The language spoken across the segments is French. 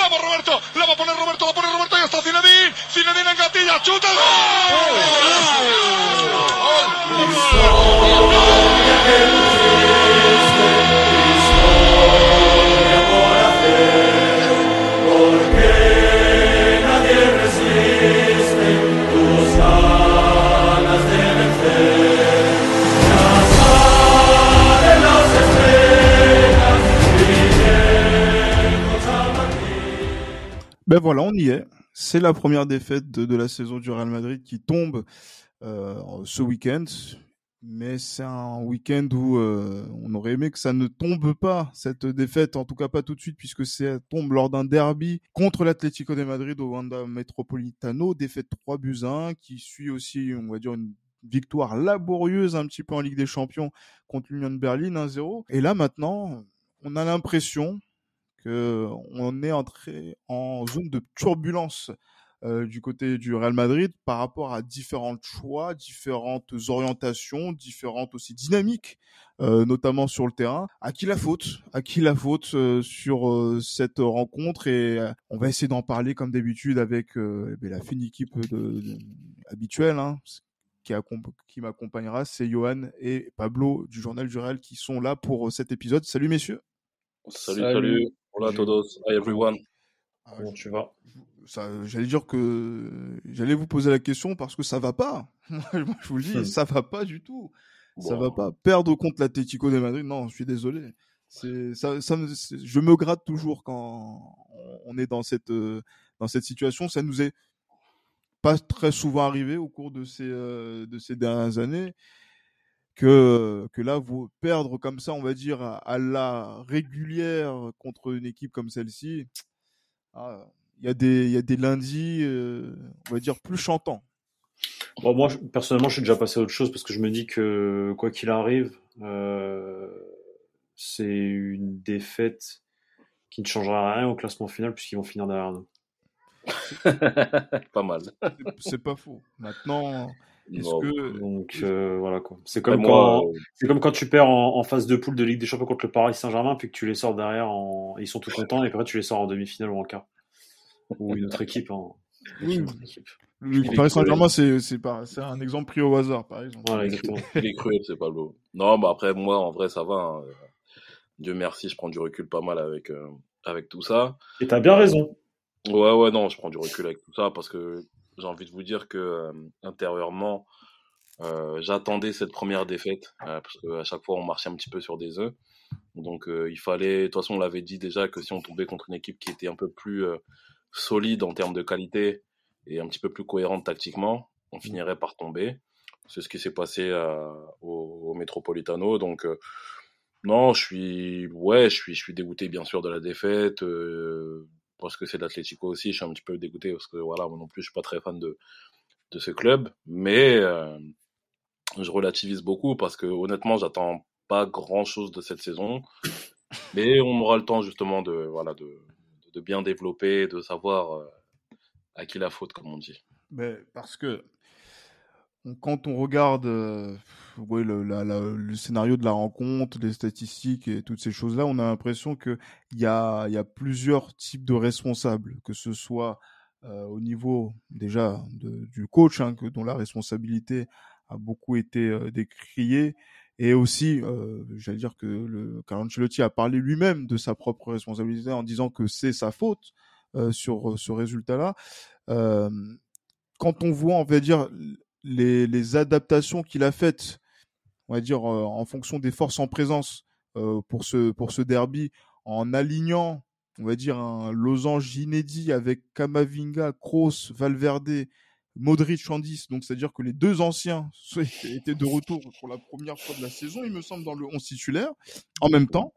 vamos Roberto, la va a poner Roberto, y está Zinedine engatilla, chuta, Ben voilà, on y est. C'est la première défaite de la saison du Real Madrid qui tombe ce week-end. Mais c'est un week-end où on aurait aimé que ça ne tombe pas, cette défaite, en tout cas pas tout de suite, puisque ça tombe lors d'un derby contre l'Atlético de Madrid au Wanda Metropolitano, défaite 3-1, qui suit aussi, on va dire, une victoire laborieuse un petit peu en Ligue des Champions contre l'Union de Berlin, 1-0. Et là maintenant, on a l'impression qu'on est entré en zone de turbulence du côté du Real Madrid par rapport à différents choix, différentes orientations, différentes aussi dynamiques, notamment sur le terrain. À qui la faute sur cette rencontre? Et on va essayer d'en parler comme d'habitude avec la fine équipe habituelle, hein, qui m'accompagnera. C'est Johan et Pablo du Journal du Real qui sont là pour cet épisode. Salut messieurs. Salut. Hola a todos. Hi everyone. Comment tu vas? J'allais dire que j'allais vous poser la question parce que ça va pas. Moi, je vous le dis, ça va pas du tout. Bon. Ça va pas. Perdre contre l'Atlético de Madrid, non, je suis désolé. Je me gratte toujours quand on est dans cette situation. Ça nous est pas très souvent arrivé au cours de ces dernières années. Que là, vous perdre comme ça, on va dire, à la régulière contre une équipe comme celle-ci, il y a des lundis, on va dire, plus chantants. Bon, moi, personnellement, je suis déjà passé à autre chose parce que je me dis que, quoi qu'il arrive, c'est une défaite qui ne changera rien au classement final puisqu'ils vont finir derrière nous. Pas mal. C'est pas faux. Maintenant... Donc voilà quoi. C'est comme quand tu perds en phase de poule de Ligue des Champions contre le Paris Saint-Germain puis que tu les sors derrière ils sont tout contents et après tu les sors en demi-finale ou en quart ou une autre équipe. Oui. Le Paris Saint-Germain c'est un exemple pris au hasard par exemple. Voilà, exactement. Il est cruel, c'est pas beau. Non, bah après moi en vrai ça va. Hein. Dieu merci, je prends du recul pas mal avec tout ça. Et t'as bien raison. Ouais non, je prends du recul avec tout ça parce que j'ai envie de vous dire que intérieurement, j'attendais cette première défaite parce qu'à chaque fois on marchait un petit peu sur des œufs. Donc il fallait, de toute façon on l'avait dit déjà que si on tombait contre une équipe qui était un peu plus solide en termes de qualité et un petit peu plus cohérente tactiquement, on finirait par tomber. C'est ce qui s'est passé au Metropolitano. Donc non, je suis dégoûté bien sûr de la défaite. Parce que c'est de l'Atlético aussi, je suis un petit peu dégoûté parce que voilà, moi non plus je suis pas très fan de ce club, mais je relativise beaucoup parce que honnêtement, j'attends pas grand-chose de cette saison, mais on aura le temps justement de bien développer, de savoir à qui la faute comme on dit. Mais parce que quand on regarde le scénario de la rencontre, les statistiques et toutes ces choses-là, on a l'impression qu'il y a plusieurs types de responsables, que ce soit au niveau déjà du coach, hein, dont la responsabilité a beaucoup été décriée, et aussi, j'allais dire que Carlo Ancelotti a parlé lui-même de sa propre responsabilité en disant que c'est sa faute sur ce résultat-là. Quand on voit, on va dire, les adaptations qu'il a faites, on va dire, en fonction des forces en présence pour ce derby, en alignant, on va dire, un losange inédit avec Camavinga, Kroos, Valverde, Modric en 10. Donc, c'est-à-dire que les deux anciens étaient de retour pour la première fois de la saison, il me semble, dans le 11 titulaire, en même temps.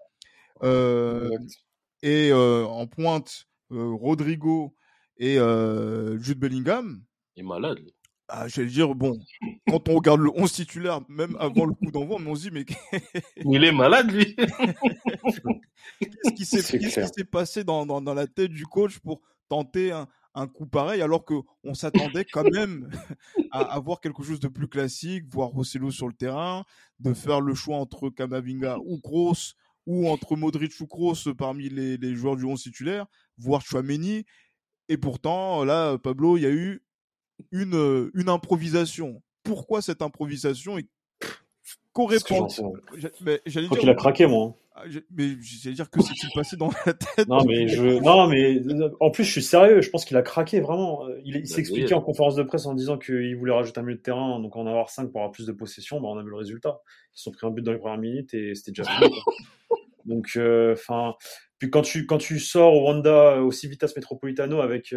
Et en pointe, Rodrigo et Jude Bellingham. Il est malade. J'allais dire, bon, quand on regarde le 11 titulaire, même avant le coup d'envoi, on se dit, mais... Il est malade, lui. Qu'est-ce qui s'est passé dans la tête du coach pour tenter un coup pareil, alors qu'on s'attendait quand même à avoir quelque chose de plus classique, voir Rosselló sur le terrain, de faire le choix entre Camavinga ou Kroos, ou entre Modric ou Kroos parmi les joueurs du 11 titulaire, voire Tchouaméni. Et pourtant, là, Pablo, il y a eu une improvisation. Pourquoi cette improvisation et qu'aurait pensé Je crois qu'il a craqué, moi. Mais j'allais dire que s'est-il passé dans la tête. Non, mais en plus, je suis sérieux. Je pense qu'il a craqué vraiment. Il s'est expliqué en conférence de presse en disant qu'il voulait rajouter un milieu de terrain, donc en avoir 5 pour avoir plus de possession. On a vu le résultat. Ils se sont pris un but dans les premières minutes et c'était déjà fini. Donc, puis quand tu sors au Wanda, au Civitas Metropolitano avec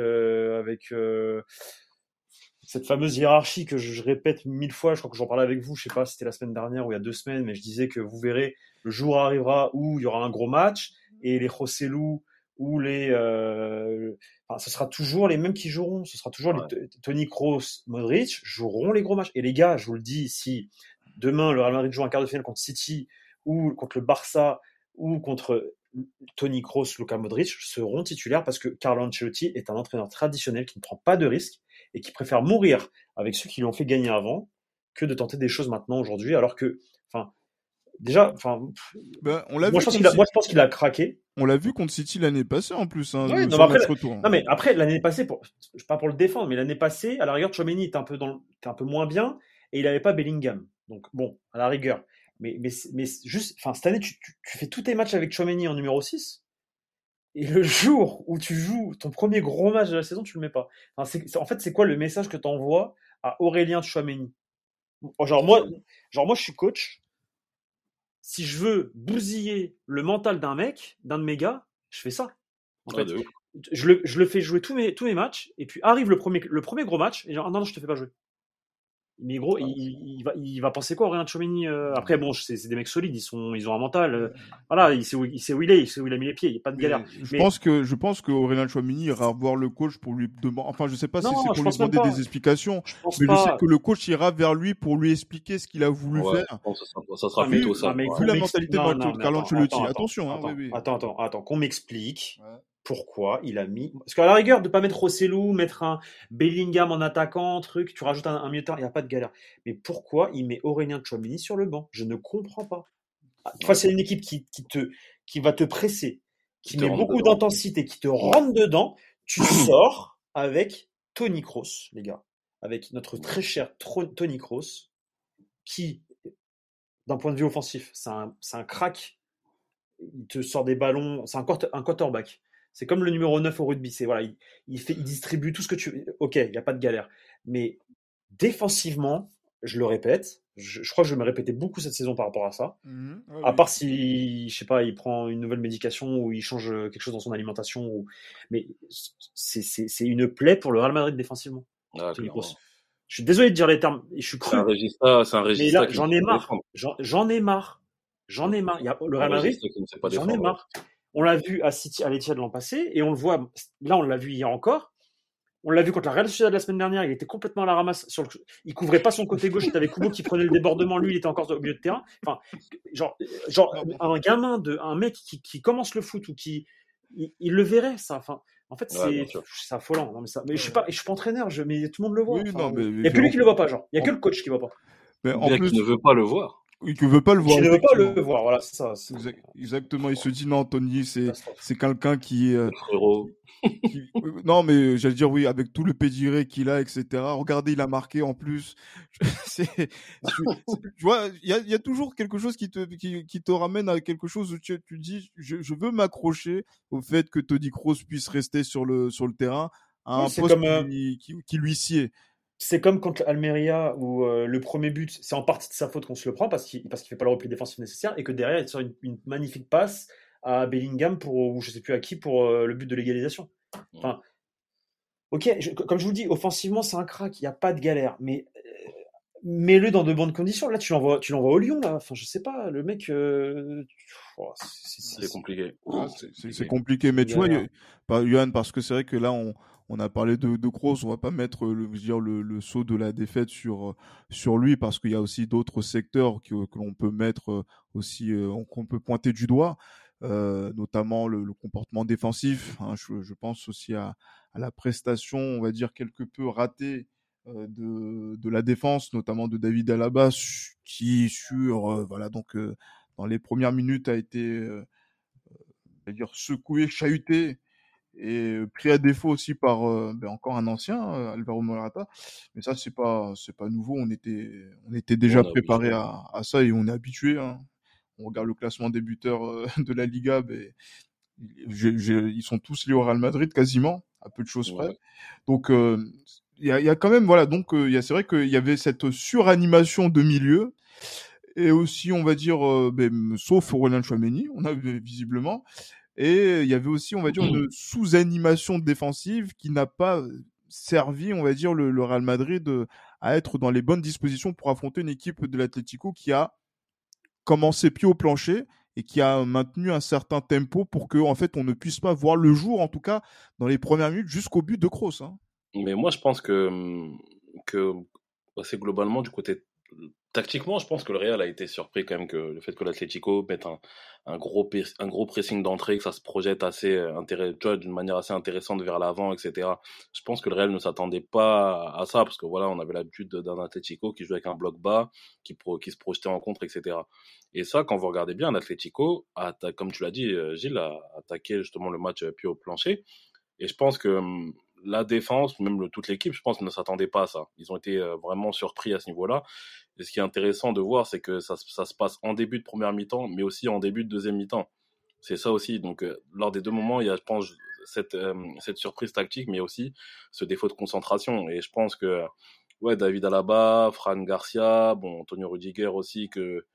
cette fameuse hiérarchie que je répète 1000 fois, je crois que j'en parlais avec vous, je sais pas si c'était la semaine dernière ou il y a 2 semaines, mais je disais que vous verrez, le jour arrivera où il y aura un gros match et les Joselu ou ce sera toujours les mêmes qui joueront, ce sera toujours les Toni Kroos, Modric joueront les gros matchs. Et les gars, je vous le dis, si demain le Real Madrid joue un quart de finale contre City ou contre le Barça ou contre Toni Kroos, Luka Modric seront titulaires parce que Carlo Ancelotti est un entraîneur traditionnel qui ne prend pas de risques et qui préfère mourir avec ceux qui l'ont fait gagner avant que de tenter des choses maintenant aujourd'hui, alors que, je pense qu'il a craqué. On l'a vu contre City l'année passée en plus. Ouais, mais après l'année passée, pas pour le défendre, mais l'année passée, à la rigueur, Tchouaméni était un peu moins bien et il n'avait pas Bellingham. Donc bon, à la rigueur. Mais juste, cette année, tu fais tous tes matchs avec Tchouaméni en numéro 6. Et le jour où tu joues ton premier gros match de la saison, tu le mets pas. En fait, c'est quoi le message que tu envoies à Aurélien Tchouaméni ? Genre moi, je suis coach. Si je veux bousiller le mental d'un de mes gars, je fais ça. En fait, je le fais jouer tous mes matchs, et puis arrive le premier gros match, et genre, non, je te fais pas jouer. Mais gros, il va penser quoi, Aurélien Tchouaméni Après, bon, c'est des mecs solides, ils ont un mental. Voilà, il sait où il est, il sait où il a mis les pieds, il n'y a pas de galère. Je pense que Aurélien Tchouaméni ira voir le coach pour lui demander. Enfin, je sais pas si c'est pour lui demander des explications, mais je sais que le coach ira vers lui pour lui expliquer ce qu'il a voulu faire. Je pense que ça sera plutôt ça. Vu la mentalité de Carlo Ancelotti, attention. Attends, qu'on m'explique. Pourquoi il a mis... Parce qu'à la rigueur, de ne pas mettre Rossellou, mettre un Bellingham en attaquant, tu rajoutes un milieu de terrain, il n'y a pas de galère. Mais pourquoi il met Aurélien Tchouaméni sur le banc ? Je ne comprends pas. C'est une équipe qui va te presser, qui met beaucoup d'intensité, qui te rentre dedans. Tu sors avec Toni Kroos, les gars. Avec notre très cher Toni Kroos, qui, d'un point de vue offensif, c'est un crack. Il te sort des ballons, c'est un quarterback. C'est comme le numéro 9 au rugby. Il distribue tout ce que tu veux. Ok, il n'y a pas de galère. Mais défensivement, je le répète, je crois que je vais me répéter beaucoup cette saison par rapport à ça. À part si, je sais pas, il prend une nouvelle médication ou il change quelque chose dans son alimentation. Mais c'est une plaie pour le Real Madrid défensivement. Je suis désolé de dire les termes. Je suis cru. C'est un registre. Mais là, j'en ai marre. J'en ai marre. Le Real Madrid, j'en ai marre. On l'a vu à City, à l'Etihad l'an passé, et on le voit, là on l'a vu hier encore. On l'a vu contre la Real Sociedad la semaine dernière, il était complètement à la ramasse. Il couvrait pas son côté gauche, il avait Kubo qui prenait le débordement, lui il était encore au milieu de terrain. Enfin, genre un mec qui commence le foot ou il le verrait ça. Enfin, en fait c'est affolant. Non, mais je suis pas entraîneur, mais tout le monde le voit. Il y a que lui qui le voit pas, genre. Il y a que le coach qui le voit pas. Mais en plus, il ne veut pas le voir. Il ne veut pas le voir. Il ne veut pas le voir, voilà, c'est ça. Exactement, il se dit non, Tony, c'est quelqu'un qui non, mais j'allais dire oui, avec tout le pédigré qu'il a, etc. Regardez, il a marqué en plus. Tu vois, il y a toujours quelque chose qui te ramène à quelque chose où tu dis, je veux m'accrocher au fait que Toni Kroos puisse rester sur le terrain à un poste qui lui sied. C'est comme contre Almeria où le premier but, c'est en partie de sa faute qu'on se le prend parce qu'il fait pas le repli défensif nécessaire et que derrière il sort une magnifique passe à Bellingham ou je sais plus à qui pour le but de l'égalisation. Enfin, ok, comme je vous le dis, offensivement c'est un crack, il n'y a pas de galère, mais mets-le dans de bonnes conditions. Là tu l'envoies au Lyon là. Enfin je sais pas, le mec. C'est compliqué. C'est compliqué, mais tu vois, Yohan, parce que c'est vrai que là on a parlé de Kroos, on va pas mettre le saut de la défaite sur lui parce qu'il y a aussi d'autres secteurs que l'on peut mettre aussi, qu'on peut pointer du doigt, notamment le comportement défensif. Hein, je pense aussi à la prestation, on va dire quelque peu ratée de la défense, notamment de David Alaba, qui sur dans les premières minutes, a été secoué, chahuté et pris à défaut aussi par encore un ancien, Alvaro Morata. Mais ça, c'est pas nouveau. On était déjà préparé à ça et on est habitué. Hein. On regarde le classement des buteurs de la Liga, ils sont tous liés au Real Madrid quasiment, à peu de choses près. Donc il y a quand même donc c'est vrai qu'il y avait cette suranimation de milieu et aussi on va dire sauf Aurélien Tchouaméni, on a visiblement. Et il y avait aussi, on va dire, une sous-animation défensive qui n'a pas servi, on va dire, le Real Madrid à être dans les bonnes dispositions pour affronter une équipe de l'Atlético qui a commencé pied au plancher et qui a maintenu un certain tempo pour que, en fait, on ne puisse pas voir le jour, en tout cas, dans les premières minutes jusqu'au but de Kroos. Hein. Mais moi, je pense que c'est globalement du côté tactiquement, je pense que le Real a été surpris quand même que le fait que l'Atlético mette un gros pressing d'entrée, que ça se projette d'une manière assez intéressante vers l'avant, etc. Je pense que le Real ne s'attendait pas à ça parce que voilà, on avait l'habitude d'un Atlético qui jouait avec un bloc bas, qui se projetait en contre, etc. Et ça, quand vous regardez bien, l'Atlético comme tu l'as dit, Gilles, a attaqué justement le match pied au plancher. Et je pense que la défense, même toute l'équipe, je pense, ne s'attendait pas à ça. Ils ont été vraiment surpris à ce niveau-là. Et ce qui est intéressant de voir, c'est que ça se passe en début de première mi-temps, mais aussi en début de deuxième mi-temps. C'est ça aussi. Donc, lors des deux moments, il y a, je pense, cette surprise tactique, mais aussi ce défaut de concentration. Et je pense que, David Alaba, Fran Garcia, Antonio Rudiger aussi, que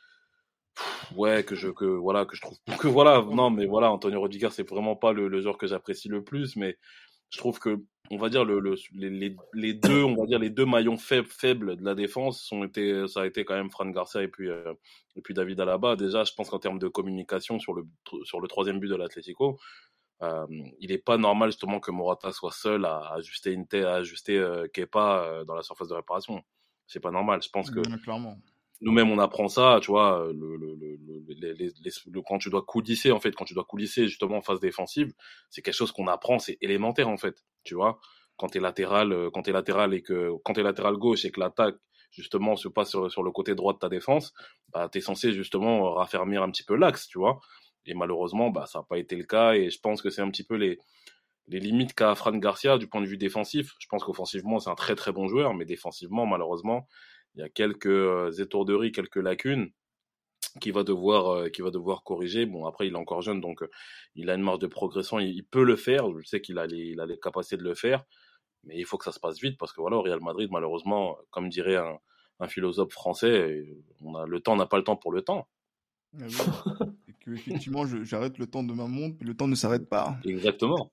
je trouve que non, mais voilà, Antonio Rudiger, c'est vraiment pas le joueur que j'apprécie le plus, mais je trouve que, on va dire, les deux, on va dire, les deux maillons faibles de la défense ça a été quand même Fran Garcia et puis David Alaba. Déjà, je pense qu'en termes de communication sur le troisième but de l'Atlético, il est pas normal, justement, que Morata soit seul à ajuster Kepa dans la surface de réparation. C'est pas normal. Je pense que, clairement. Nous-mêmes, on apprend ça, tu vois, quand tu dois coulisser, en fait, justement en phase défensive, c'est quelque chose qu'on apprend, c'est élémentaire, en fait, tu vois. Quand t'es latéral quand t'es latéral gauche et que l'attaque, justement, se passe sur le côté droit de ta défense, t'es censé, justement, raffermir un petit peu l'axe, tu vois. Et malheureusement, ça n'a pas été le cas, et je pense que c'est un petit peu les limites qu'a Fran Garcia du point de vue défensif. Je pense qu'offensivement, c'est un très très bon joueur, mais défensivement, malheureusement, il y a quelques étourderies, quelques lacunes qu'il va devoir corriger. Bon, après, il est encore jeune, donc il a une marge de progression, il peut le faire. Je sais qu'il a les capacités de le faire, mais il faut que ça se passe vite parce que voilà, au Real Madrid, malheureusement, comme dirait un philosophe français, le temps n'a pas le temps pour le temps. Ah oui. Et que effectivement, j'arrête le temps de ma montre, mais le temps ne s'arrête pas. Exactement.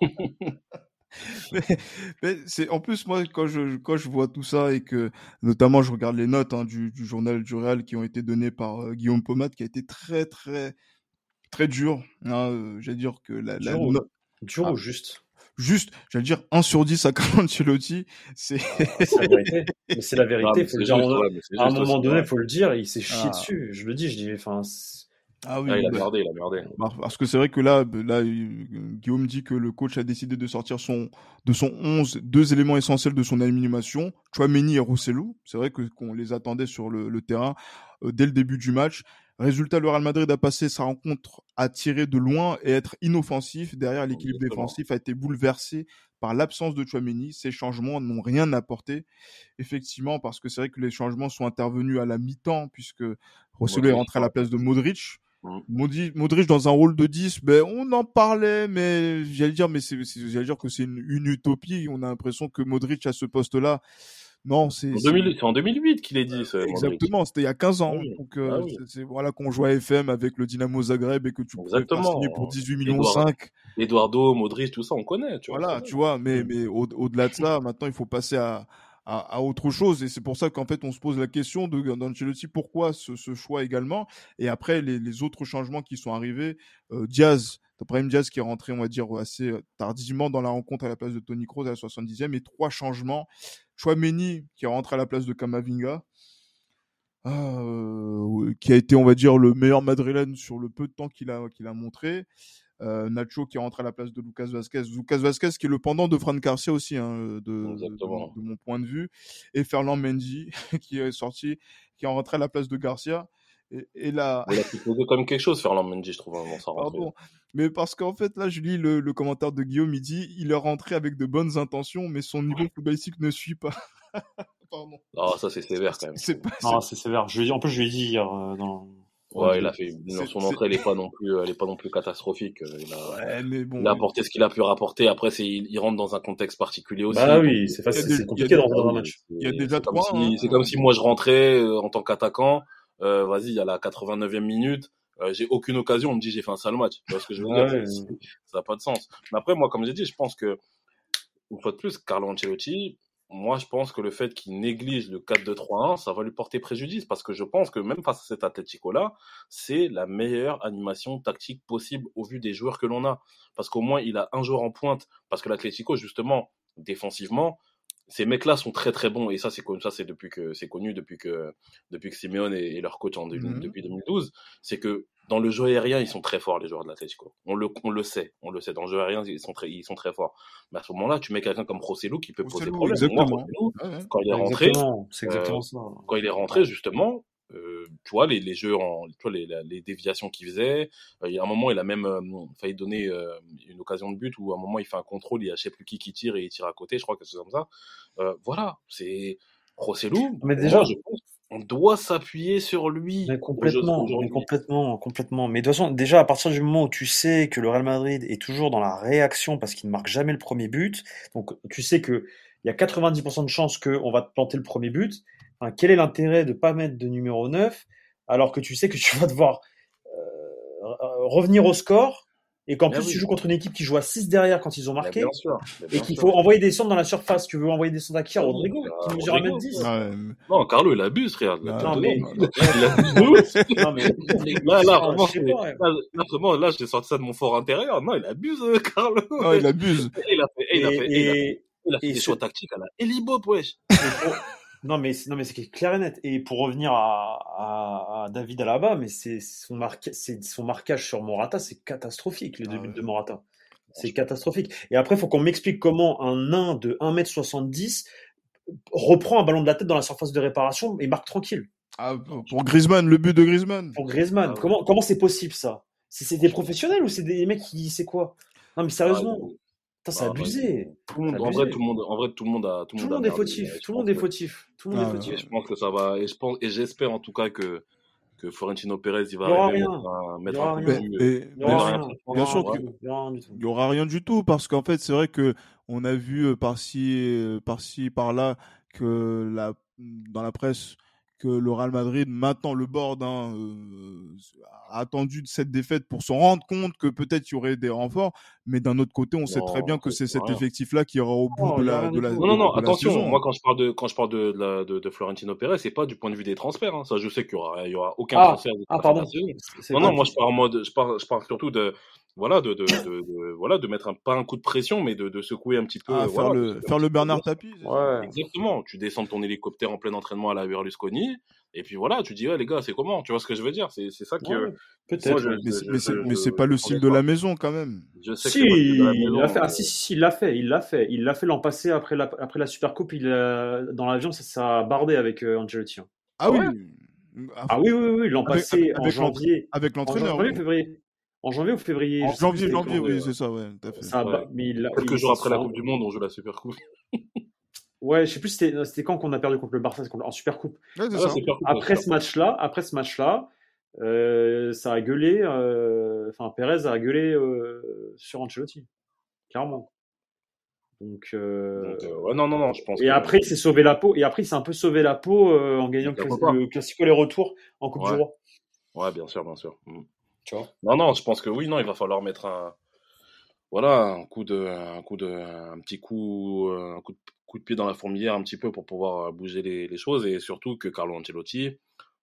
mais c'est en plus moi quand je vois tout ça et que notamment je regarde les notes du journal du Real qui ont été données par Guillaume Pomat qui a été très très très dur. J'allais dire que la note dur ou juste. Juste, j'allais dire 1 sur 10 à Carlo Ancelotti, c'est la vérité. Mais c'est la vérité, faut le dire. À un moment donné, faut le dire, il s'est chié dessus. Je le dis, enfin. Ah oui, il a merdé. Parce que c'est vrai que là, Guillaume dit que le coach a décidé de sortir de son 11 deux éléments essentiels de son animation, Tchouaméni et Rosselló. C'est vrai qu'on les attendait sur le terrain dès le début du match. Résultat, le Real Madrid a passé sa rencontre à tirer de loin et être inoffensif. Derrière, l'équilibre défensif a été bouleversé par l'absence de Tchouaméni. Ces changements n'ont rien apporté. Effectivement, parce que c'est vrai que les changements sont intervenus à la mi-temps, puisque Rosselló est rentré à la place de Modric. Modric dans un rôle de 10, on en parlait, mais j'allais dire que c'est une utopie. On a l'impression que Modric à ce poste-là, non, c'est en 2008 qu'il est dit. Exactement, c'était il y a 15 ans. Oui. Donc c'est voilà qu'on jouait à FM avec le Dynamo Zagreb et que tu pouvais faire signer pour 18 millions 5. Eduardo, Modric, tout ça, on connaît. Tu vois, mais au-delà de ça, maintenant il faut passer à autre chose, et c'est pour ça qu'en fait on se pose la question d'Ancelotti, pourquoi ce choix également. Et après les autres changements qui sont arrivés, Brahim Diaz qui est rentré, on va dire, assez tardivement dans la rencontre à la place de Toni Kroos à la 70e, et 3 changements. Tchouaméni qui est rentré à la place de Camavinga, qui a été, on va dire, le meilleur madrilène sur le peu de temps qu'il a montré. Nacho qui rentre à la place de Lucas Vazquez qui est le pendant de Fran Garcia aussi, de mon point de vue, et Ferland Mendy qui est rentré à la place de Garcia. Et là, Il a proposé quand même quelque chose, Ferland Mendy, je trouve, dans sa rentrée. pardon, mais parce qu'en fait, là, je lis le commentaire de Guillaume, il dit il est rentré avec de bonnes intentions, mais son niveau footballistique ne suit pas. Pardon. Ah, ça, c'est sévère quand même. C'est pas. Non, c'est sévère. En plus, je lui ai dit hier dans. Ouais, il a fait. Son entrée, elle est pas non plus catastrophique. Ouais, mais bon. Il a apporté ce qu'il a pu rapporter. Après, il rentre dans un contexte particulier aussi. Bah oui, c'est facile, c'est compliqué dans un match. Il y a déjà trois. C'est comme si moi je rentrais en tant qu'attaquant. Vas-y, il y a la 89e minute. J'ai aucune occasion. On me dit j'ai fait un sale match. Tu vois ce que je veux dire? Ouais. Ça n'a pas de sens. Mais après, moi, comme j'ai dit, je pense que une fois de plus, Carlo Ancelotti. Moi, je pense que le fait qu'il néglige le 4-2-3-1, ça va lui porter préjudice parce que je pense que même face à cet Atlético-là, c'est la meilleure animation tactique possible au vu des joueurs que l'on a. Parce qu'au moins, il a un joueur en pointe. Parce que l'Atlético, justement, défensivement, ces mecs-là sont très très bons et ça c'est depuis que Simeone et leur coach depuis 2012, c'est que dans le jeu aérien ils sont très forts les joueurs de l'Atlético. On le sait dans le jeu aérien ils sont très forts. Mais à ce moment-là, tu mets quelqu'un comme Rossellou qui peut poser problème. Exactement. Moi, Rossellou, quand il est rentré, c'est exactement ça. Quand il est rentré justement, tu vois les jeux tu vois les déviations qu'il faisait, il y a un moment il a même failli donner une occasion de but où à un moment il fait un contrôle, il y a je sais plus qui tire et il tire à côté, je crois que c'est comme ça. Voilà, c'est Rossellou. Mais déjà, je pense on doit s'appuyer sur lui. Mais complètement. Mais de toute façon, déjà à partir du moment où tu sais que le Real Madrid est toujours dans la réaction parce qu'il ne marque jamais le premier but, donc tu sais que il y a 90% de chances qu'on va te planter le premier but. Enfin, quel est l'intérêt de pas mettre de numéro 9 alors que tu sais que tu vas devoir revenir au score et qu'en plus tu joues contre une équipe qui joue à 6 derrière quand ils ont marqué et qu'il faut envoyer des centres dans la surface. Tu veux envoyer des centres à qui? Rodrigo qui mesure 1m10. Non, Carlo il abuse, regarde. Non mais là j'ai sorti ça de mon fort intérieur. Non, il abuse, Carlo. Non, il abuse. Il a fait des choix tactiques à la Elibop, wesh. Non mais c'est clair et net. Et pour revenir à David Alaba, mais c'est son marquage sur Morata, c'est catastrophique, les deux buts de Morata. C'est catastrophique. Et après, il faut qu'on m'explique comment un nain de 1m70 reprend un ballon de la tête dans la surface de réparation et marque tranquille. Ah, pour Griezmann, le but de Griezmann. Pour Griezmann, comment c'est possible ça? C'est des professionnels ou c'est des mecs qui c'est quoi? Non mais sérieusement. C'est abusé. Tout le monde est fautif. Tout le monde est fautif. Je pense que ça va. Et j'espère en tout cas que Florentino Pérez il va mettre un coup de bien sûr qu'il n'y aura rien du tout parce qu'en fait c'est vrai que on a vu par-ci par-là que dans la presse que le Real Madrid, maintenant le board, a attendu cette défaite pour se rendre compte que peut-être il y aurait des renforts, mais d'un autre côté, on sait très bien que c'est cet effectif-là qui ira au bout de la Non, attention, saison. Moi quand je parle de Florentino Pérez, c'est pas du point de vue des transferts, hein. Ça je sais qu'il y aura aucun transfert. Pardon. Non, moi je parle surtout de mettre pas un coup de pression, mais de secouer un petit peu. Faire le Bernard Tapie. Ouais. Exactement. Tu descends de ton hélicoptère en plein entraînement à la Berlusconi, et puis voilà, tu dis, ouais, les gars, c'est comment? Tu vois ce que je veux dire? C'est ça qui. Peut-être. Mais c'est pas le style de la maison, quand même. Je sais que c'est pas le style de la maison. Il l'a fait. Il l'a fait l'an passé après la Supercoupe. Dans l'avion, ça a bardé avec Ancelotti. Ah oui. Ah oui, l'an passé, en janvier. Avec l'entraîneur. En janvier ou février? En janvier, oui, c'est ça, ouais, tout à fait. Quelques jours après la Coupe du Monde, on joue la Supercoupe. Ouais, je sais plus c'était quand qu'on a perdu contre le Barça en Supercoupe. Ouais, c'est ça. Après ce match-là, ça a gueulé. Pérez a gueulé sur Ancelotti, clairement. Donc non, je pense. Et après, il s'est sauvé la peau. Et après, il s'est un peu sauvé la peau en gagnant le Classico les retours en Coupe du Roi. Ouais, bien sûr. Tu vois. Non, je pense que oui, non, il va falloir mettre un petit coup de pied dans la fourmilière un petit peu pour pouvoir bouger les choses et surtout que Carlo Ancelotti,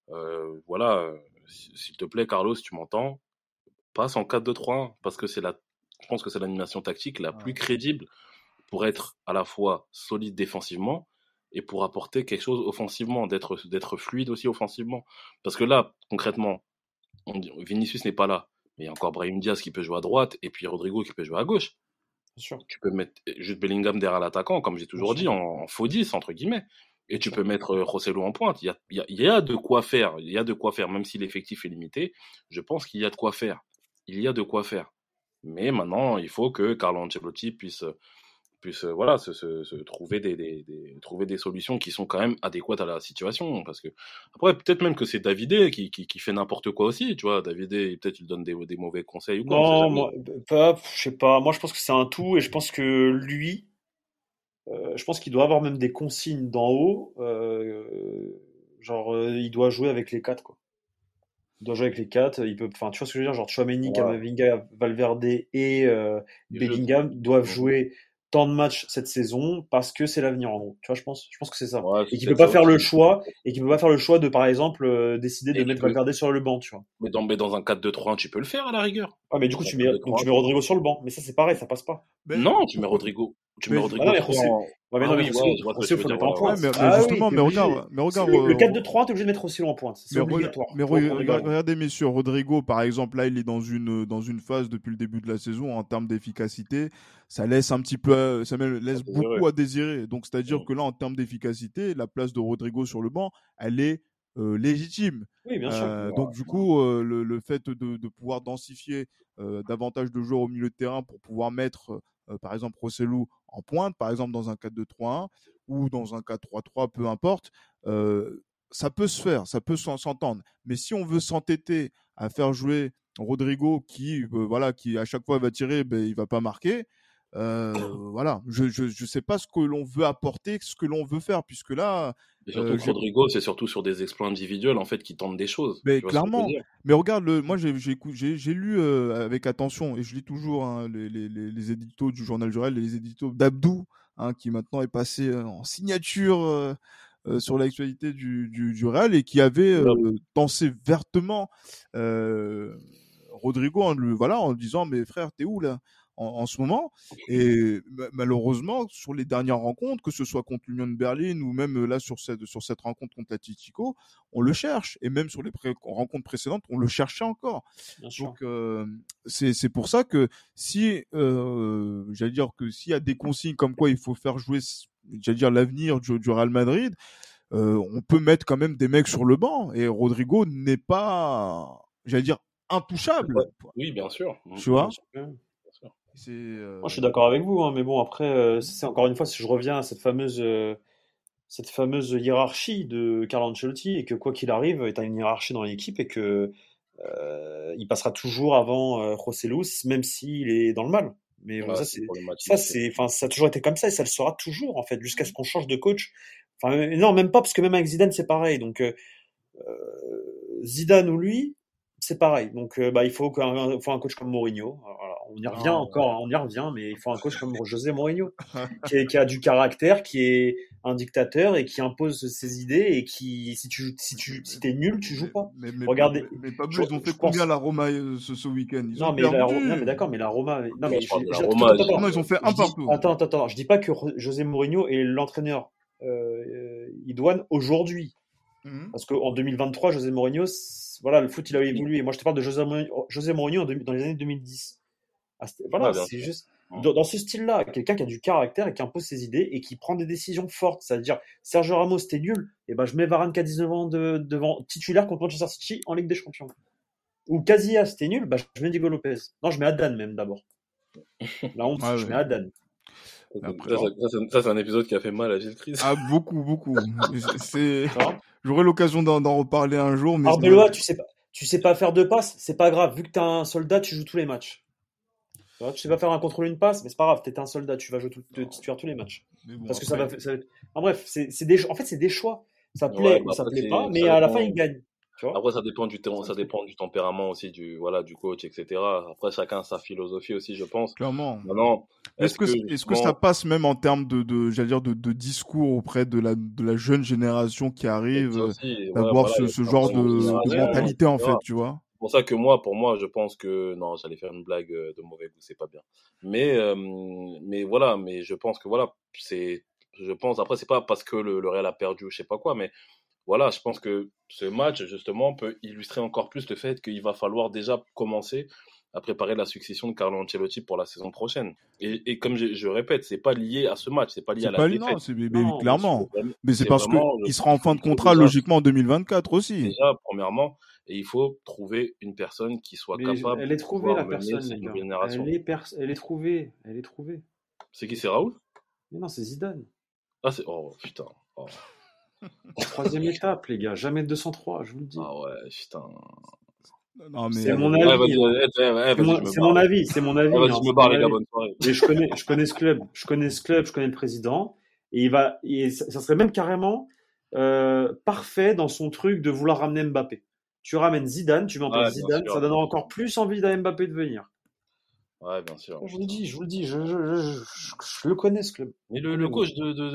s'il te plaît, Carlo, si tu m'entends, passe en 4-2-3-1 parce que je pense que c'est l'animation tactique la plus crédible pour être à la fois solide défensivement et pour apporter quelque chose offensivement, d'être fluide aussi offensivement. Parce que là, concrètement, Vinicius n'est pas là, mais il y a encore Brahim Diaz qui peut jouer à droite et puis Rodrigo qui peut jouer à gauche. Bien sûr. Tu peux mettre Jude Bellingham derrière l'attaquant, comme j'ai toujours dit, en faux 10, entre guillemets. Et tu peux mettre Joselu en pointe. Il y a de quoi faire. Il y a de quoi faire, même si l'effectif est limité. Je pense qu'il y a de quoi faire. Il y a de quoi faire. Mais maintenant, il faut que Carlo Ancelotti puisse voilà, se trouver trouver des solutions qui sont quand même adéquates à la situation. Parce que, après, peut-être même que c'est Davidé qui fait n'importe quoi aussi. Tu vois, Davidé, peut-être il donne des mauvais conseils ou quoi. Non, moi, pas, je sais pas. Moi, je pense que c'est un tout et je pense que lui, je pense qu'il doit avoir même des consignes d'en haut. Il doit jouer avec les quatre, quoi. Il doit jouer avec les quatre. Il peut, enfin, tu vois ce que je veux dire? Genre, Tchouaméni, Ouais, Camavinga, Valverde et les jeux. Bellingham doivent Mhm. jouer tant de matchs cette saison parce que c'est l'avenir, en gros. Tu vois, je pense que c'est ça. Ouais, Et c'est qu'il peut peut-être pas ça faire le aussi. choix, et qu'il peut pas faire le choix de, par exemple, décider de Et tu mettre peux, Valverde sur le banc, tu vois. mais dans un 4-2-3-1, tu peux le faire à la rigueur. Ah, mais du coup, Dans un donc 4-2-3-1, tu mets Rodrigo sur le banc. Mais ça, c'est pareil, ça passe pas. Ben, non, tu mets pourquoi? Rodrigo. Tu mets Mais, Ah non, Rodrigo mais 3 José. en... Ouais, mais non, Ah mais oui, ouais, je vois ce que tu Rosselló, veux faut le dire. mettre en Voilà, ouais, pointe. ouais. mais Ah oui, justement, t'es mais obligé. regarde, Le 4-2-3-1, t'es obligé de mettre Rosselló en pointe. C'est obligatoire. Mais On rigole. regardez, messieurs, Rodrigo, par exemple, là, il est dans une phase depuis le début de la saison en termes d'efficacité. Ça laisse un petit peu, ça laisse Ça, c'est vrai. beaucoup à désirer. Donc, c'est-à-dire Mm. que là, en termes d'efficacité, la place de Rodrigo sur le banc, elle est légitime. Oui, bien sûr. Donc, du coup, le fait de pouvoir densifier davantage de joueurs au milieu de terrain pour pouvoir mettre, par exemple, Rosselló en pointe, par exemple, dans un 4-2-3-1 ou dans un 4-3-3, peu importe, ça peut se faire, ça peut s'entendre. Mais si on veut s'entêter à faire jouer Rodrigo qui à chaque fois va tirer, ben, il va pas marquer. Voilà, je sais pas ce que l'on veut apporter, ce que l'on veut faire, puisque là, Et surtout que Rodrigo, c'est surtout sur des exploits individuels, en fait, qui tentent des choses. mais Tu vois ce que je veux clairement. dire? Mais regarde, moi j'ai lu avec attention et je lis toujours hein, les éditos du Journal du Real, les éditos d'Abdou, hein, qui maintenant est passé en signature sur l'actualité du Real et qui avait Ouais. dansé vertement Rodrigo en lui disant mais frère t'es où là en ce moment et malheureusement sur les dernières rencontres que ce soit contre l'Union de Berlin ou même là sur cette rencontre contre l'Atlético on le cherche et même sur les rencontres précédentes on le cherchait encore. Bien sûr. Donc c'est pour ça que si j'allais dire que s'il y a des consignes comme quoi il faut faire jouer j'allais dire l'avenir du Real Madrid on peut mettre quand même des mecs sur le banc et Rodrigo n'est pas j'allais dire intouchable. Ouais. Oui, bien sûr. Tu vois, Bien sûr. Bien sûr. c'est Moi, je suis d'accord avec vous, hein, mais bon, après, c'est encore une fois, si je reviens à cette fameuse hiérarchie de Carlo Ancelotti, et que quoi qu'il arrive, tu as une hiérarchie dans l'équipe et que il passera toujours avant José Luis, même s'il est dans le mal. Mais bon, Ouais, ça, c'est pour le match enfin, ça a toujours été comme ça et ça le sera toujours, en fait, jusqu'à ce qu'on change de coach. Enfin, non, même pas, parce que même avec Zidane, c'est pareil. Donc, Zidane ou lui, c'est pareil. Donc, il faut un coach comme Mourinho. Alors, voilà, on y revient encore, hein, on y revient, mais il faut un coach comme José Mourinho, qui a du caractère, qui est un dictateur et qui impose ses idées et qui, si t'es nul, tu joues pas. Regardez, mais Pablo, ils ont fait combien la Roma ce week-end? Ils non, ont mais perdu. non, mais d'accord, mais la Roma. Non, mais je parle de la attends, Roma. attends, attends. Non, ils ont fait un partout. Attends, je dis pas que José Mourinho est l'entraîneur idoine aujourd'hui. Parce qu'en 2023, José Mourinho, voilà, le foot, il a évolué. Moi, je te parle de José Mourinho dans les années 2010. Voilà, Ouais, c'est juste. Dans ce style-là, quelqu'un qui a du caractère et qui impose ses idées et qui prend des décisions fortes. C'est-à-dire, Sergio Ramos, t'es nul, et ben je mets Varane qui a 19 ans devant titulaire contre Manchester City en Ligue des Champions. Ou Casillas, t'es nul, je mets Diego Lopez. Non, je mets Adan même d'abord. La honte, je mets Adan. Ça, c'est un épisode qui a fait mal à Gilles Christ. Ah, beaucoup. J'aurai l'occasion d'en reparler un jour. Mais Arbeloa, tu sais pas faire de passes, c'est pas grave. Vu que t'es un soldat, tu joues tous les matchs. Tu sais pas faire un contrôle une passe, mais c'est pas grave. T'es un soldat, tu vas jouer titulaire tous les matchs. Bon, parce que ça va. En bref, c'est des choix. Ça plaît ou ça plaît pas, mais à la fin, il gagne. Tu vois, après, ça dépend du terrain, ça dépend du tempérament aussi du coach, etc. Après, chacun a sa philosophie aussi, je pense. Clairement. Maintenant, est-ce que ça passe même en termes j'allais dire de discours auprès de la jeune génération qui arrive d'avoir ce genre de mentalité en fait, tu vois? C'est pour ça que pour moi, je pense que non, j'allais faire une blague de mauvais goût, c'est pas bien. Mais voilà, mais je pense que voilà, après c'est pas parce que le Real a perdu ou je sais pas quoi, mais voilà, je pense que ce match, justement, peut illustrer encore plus le fait qu'il va falloir déjà commencer à préparer la succession de Carlo Ancelotti pour la saison prochaine. Et comme je répète, c'est pas lié à ce match, c'est pas lié à la défaite. Non, clairement. Mais c'est parce qu'il sera en fin de contrat déjà, logiquement en 2024 aussi. Déjà, premièrement, et il faut trouver une personne qui soit capable. Elle est trouvée, la personne, cette les gars. nouvelle génération. Elle est trouvée. Elle est trouvée. C'est qui, c'est Raoul? Mais non, c'est Zidane. Ah, c'est. Oh putain. Oh. Troisième étape, les gars. Jamais 203, je vous le dis. Ah ouais, putain. Non, mais... C'est mon avis. C'est mon avis. C'est mon avis. Vas-y, je me barre, les gars, bonne soirée. Mais je connais ce club. Je connais le président. Et ça serait même carrément parfait dans son truc de vouloir ramener Mbappé. Tu ramènes Zidane, tu mets en place Zidane, ça donnera encore plus envie à Mbappé de venir. Ouais, bien sûr. Je vous le dis, je le connais, ce club. Mais le coach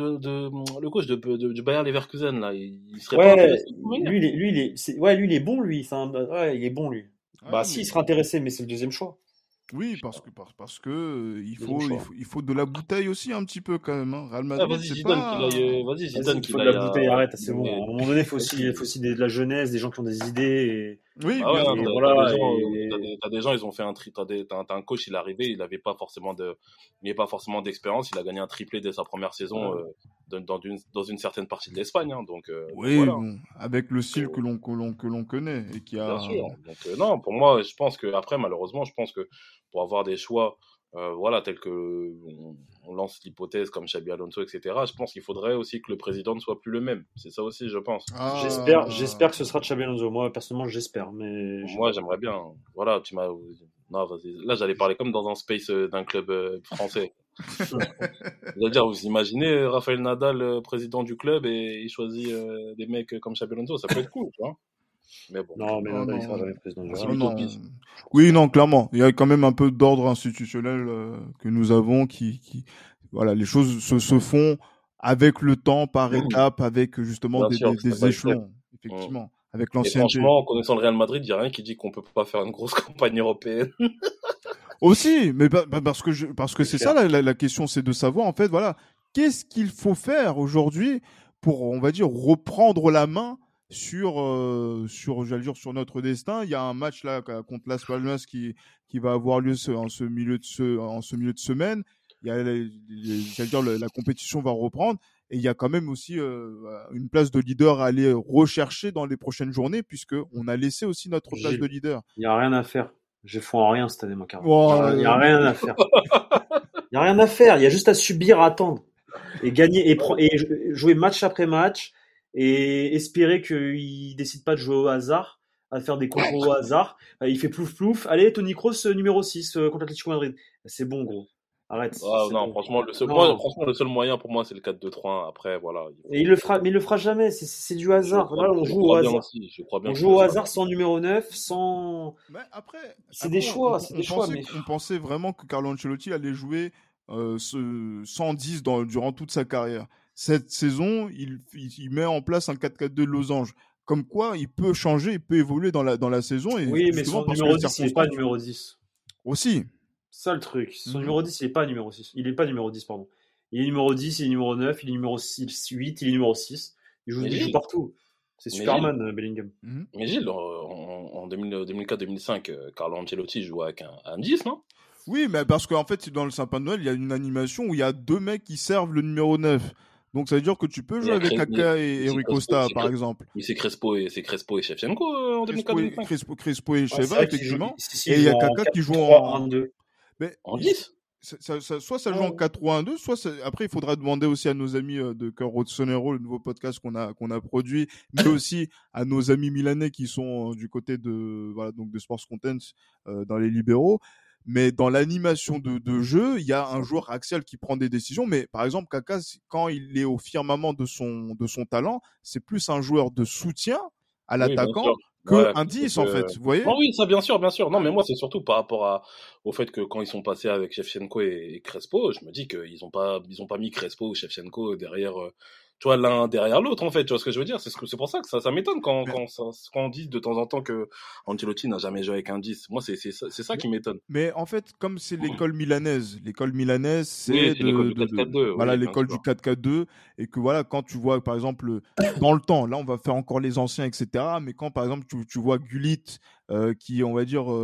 du Bayer Leverkusen, là, il serait pas intéressé. Lui, il est bon, lui. Il est bon, lui. Si, il sera intéressé, mais c'est le deuxième choix. Oui, parce que il faut de la bouteille aussi un petit peu quand même. Hein. Real Madrid, vas-y, Zidane, il faut de la bouteille, arrête, c'est bon. À un moment donné, il faut aussi de la jeunesse, des gens qui ont des idées. Oui, bien sûr. Voilà. T'as des gens, ils ont fait un t'as un coach, il est arrivé, il n'avait pas forcément d'expérience, il a gagné un triplé dès sa première saison dans une certaine partie de l'Espagne. Hein, donc, oui, voilà. bon, avec le style que l'on connaît et qui a. Bien sûr. Donc, non, pour moi, je pense que après, malheureusement, je pense que pour avoir des choix, tels que on lance l'hypothèse comme Xabi Alonso, etc. Je pense qu'il faudrait aussi que le président ne soit plus le même. C'est ça aussi, je pense. J'espère que ce sera Xabi Alonso. Moi, personnellement, j'espère. Mais moi, j'aimerais bien. Voilà, tu m'as. Non, vas-y. Là, j'allais parler comme dans un space d'un club français. C'est-à-dire, vous imaginez Rafael Nadal, président du club, et il choisit des mecs comme Xabi Alonso, ça peut être cool, tu vois. Mais bon. Non, mais Nadal, il sera jamais président du Real. Oui, non, clairement. Il y a quand même un peu d'ordre institutionnel que nous avons voilà, les choses se font avec le temps, par étapes, avec justement des échelons, effectivement. Avec l'ancienneté. Franchement, en connaissant le Real Madrid, il n'y a rien qui dit qu'on peut pas faire une grosse campagne européenne. Aussi, mais parce que c'est ça la question, c'est de savoir en fait, voilà, qu'est-ce qu'il faut faire aujourd'hui pour, on va dire, reprendre la main sur notre destin. Il y a un match là contre Las Palmas qui va avoir lieu en ce milieu de semaine. Il y a la compétition va reprendre. Et il y a quand même aussi une place de leader à aller rechercher dans les prochaines journées, puisqu'on a laissé aussi notre place de leader. Il n'y a rien à faire. J'ai foi en rien cette année, mon carrément. Il n'y a rien à faire. Il n'y a rien à faire. Il y a juste à subir, à attendre. Et gagner, et jouer match après match, et espérer qu'il ne décide pas de jouer au hasard, à faire des contrôles au hasard. Il fait plouf plouf. Allez, Toni Kroos, numéro 6 contre l'Atlético Madrid. C'est bon, gros. Arrête. Non, bon. Franchement, le seul moyen pour moi, c'est le 4-2-3-1. Après, voilà. Et il le fera jamais. C'est du hasard. Là, on joue au hasard. On joue au hasard sans numéro 9, sans. Mais après, des choix. On pensait vraiment que Carlo Ancelotti allait jouer 110 durant toute sa carrière. Cette saison, il met en place un 4-4-2 losange. Comme quoi, il peut changer, il peut évoluer dans la saison. Et oui, mais son numéro 10, il n'est pas numéro 10. Aussi. Ça le truc. Son numéro 10, il n'est pas numéro 6. Il n'est pas numéro 10, pardon. Il est numéro 10, il est numéro 9, il est numéro 8, il est numéro 6. Il joue partout. C'est Superman, Bellingham. Mais Gilles, en 2004-2005, Carlo Ancelotti joue avec un 10, non? Oui, mais parce qu'en fait, dans le sapin de Noël, il y a une animation où il y a 2 mecs qui servent le numéro 9. Donc ça veut dire que tu peux jouer avec Kaka et Rui Costa, par exemple. Oui, c'est Crespo et Shevchenko en 2004-2005. Crespo et Sheva, effectivement. Et il y a Kaka qui joue en 2. En 10. Soit ça joue en 4-3-1-2, soit après il faudra demander aussi à nos amis de Cœur Rossonero, le nouveau podcast qu'on a produit, mais aussi à nos amis milanais qui sont du côté de Sports Content dans les libéraux. Mais dans l'animation de jeu, il y a un joueur axial qui prend des décisions. Mais par exemple, Kaka, quand il est au firmament de son talent, c'est plus un joueur de soutien à l'attaquant qu'un 10 en fait. Vous voyez ? Non, oui, ça bien sûr. Non, mais moi c'est surtout par rapport au fait que quand ils sont passés avec Shevchenko et Crespo, je me dis qu'ils ont pas mis Crespo ou Shevchenko derrière. Tu vois, l'un derrière l'autre, en fait. Tu vois ce que je veux dire? C'est pour ça que ça m'étonne quand on dit de temps en temps que Ancelotti n'a jamais joué avec un 10. Moi, c'est ça qui m'étonne. Mais en fait, comme c'est l'école milanaise, c'est l'école du 4-4-2. Voilà, l'école du 4-4-2. Et que voilà, quand tu vois, par exemple, dans le temps, là, on va faire encore les anciens, etc. Mais quand, par exemple, tu vois Gullit, qui, on va dire,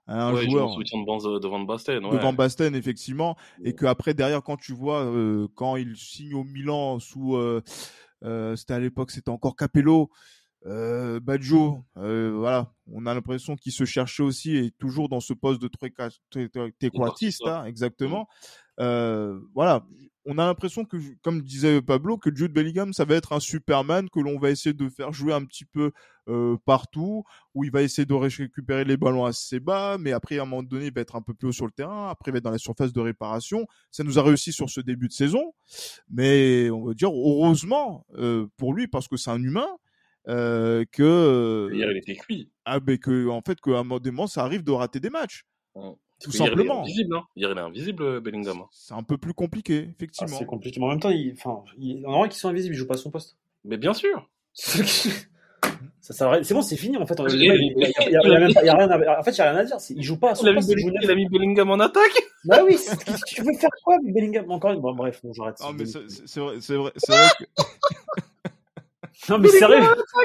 à un Ouais, il joue en joueur soutien de Van Basten, de Van ouais. Basten effectivement, et que après derrière quand tu vois quand il signe au Milan sous c'était à l'époque c'était encore Capello, Baggio, voilà, on a l'impression qu'il se cherchait aussi et toujours dans ce poste de trequartista, Trequartista. exactement. Voilà, on a l'impression que, comme disait Pablo, que Jude Bellingham, ça va être un Superman que l'on va essayer de faire jouer un petit peu partout, où il va essayer de récupérer les ballons assez bas, mais après, à un moment donné, il va être un peu plus haut sur le terrain, après, il va être dans la surface de réparation. Ça nous a réussi sur ce début de saison, mais on va dire heureusement pour lui, parce que c'est un humain, que Hier, il était cuit. que en fait qu'à un moment ça arrive de rater des matchs, tout Hier, il est simplement. invisible, hein. Hier, il est invisible, Bellingham. C'est un peu plus compliqué, Ah, effectivement. c'est compliqué. Mais en même temps, en vrai, qu'ils sont invisibles, ils jouent pas à son poste. Mais bien sûr. C'est bon, c'est fini en fait. Il Il y a rien à dire. Il joue pas à son poste. a mis Bellingham en attaque. Bah oui, tu veux faire quoi, Bellingham? Encore une. Bon, bref, j'arrête. Non, mais c'est vrai que... Non, mais sérieux.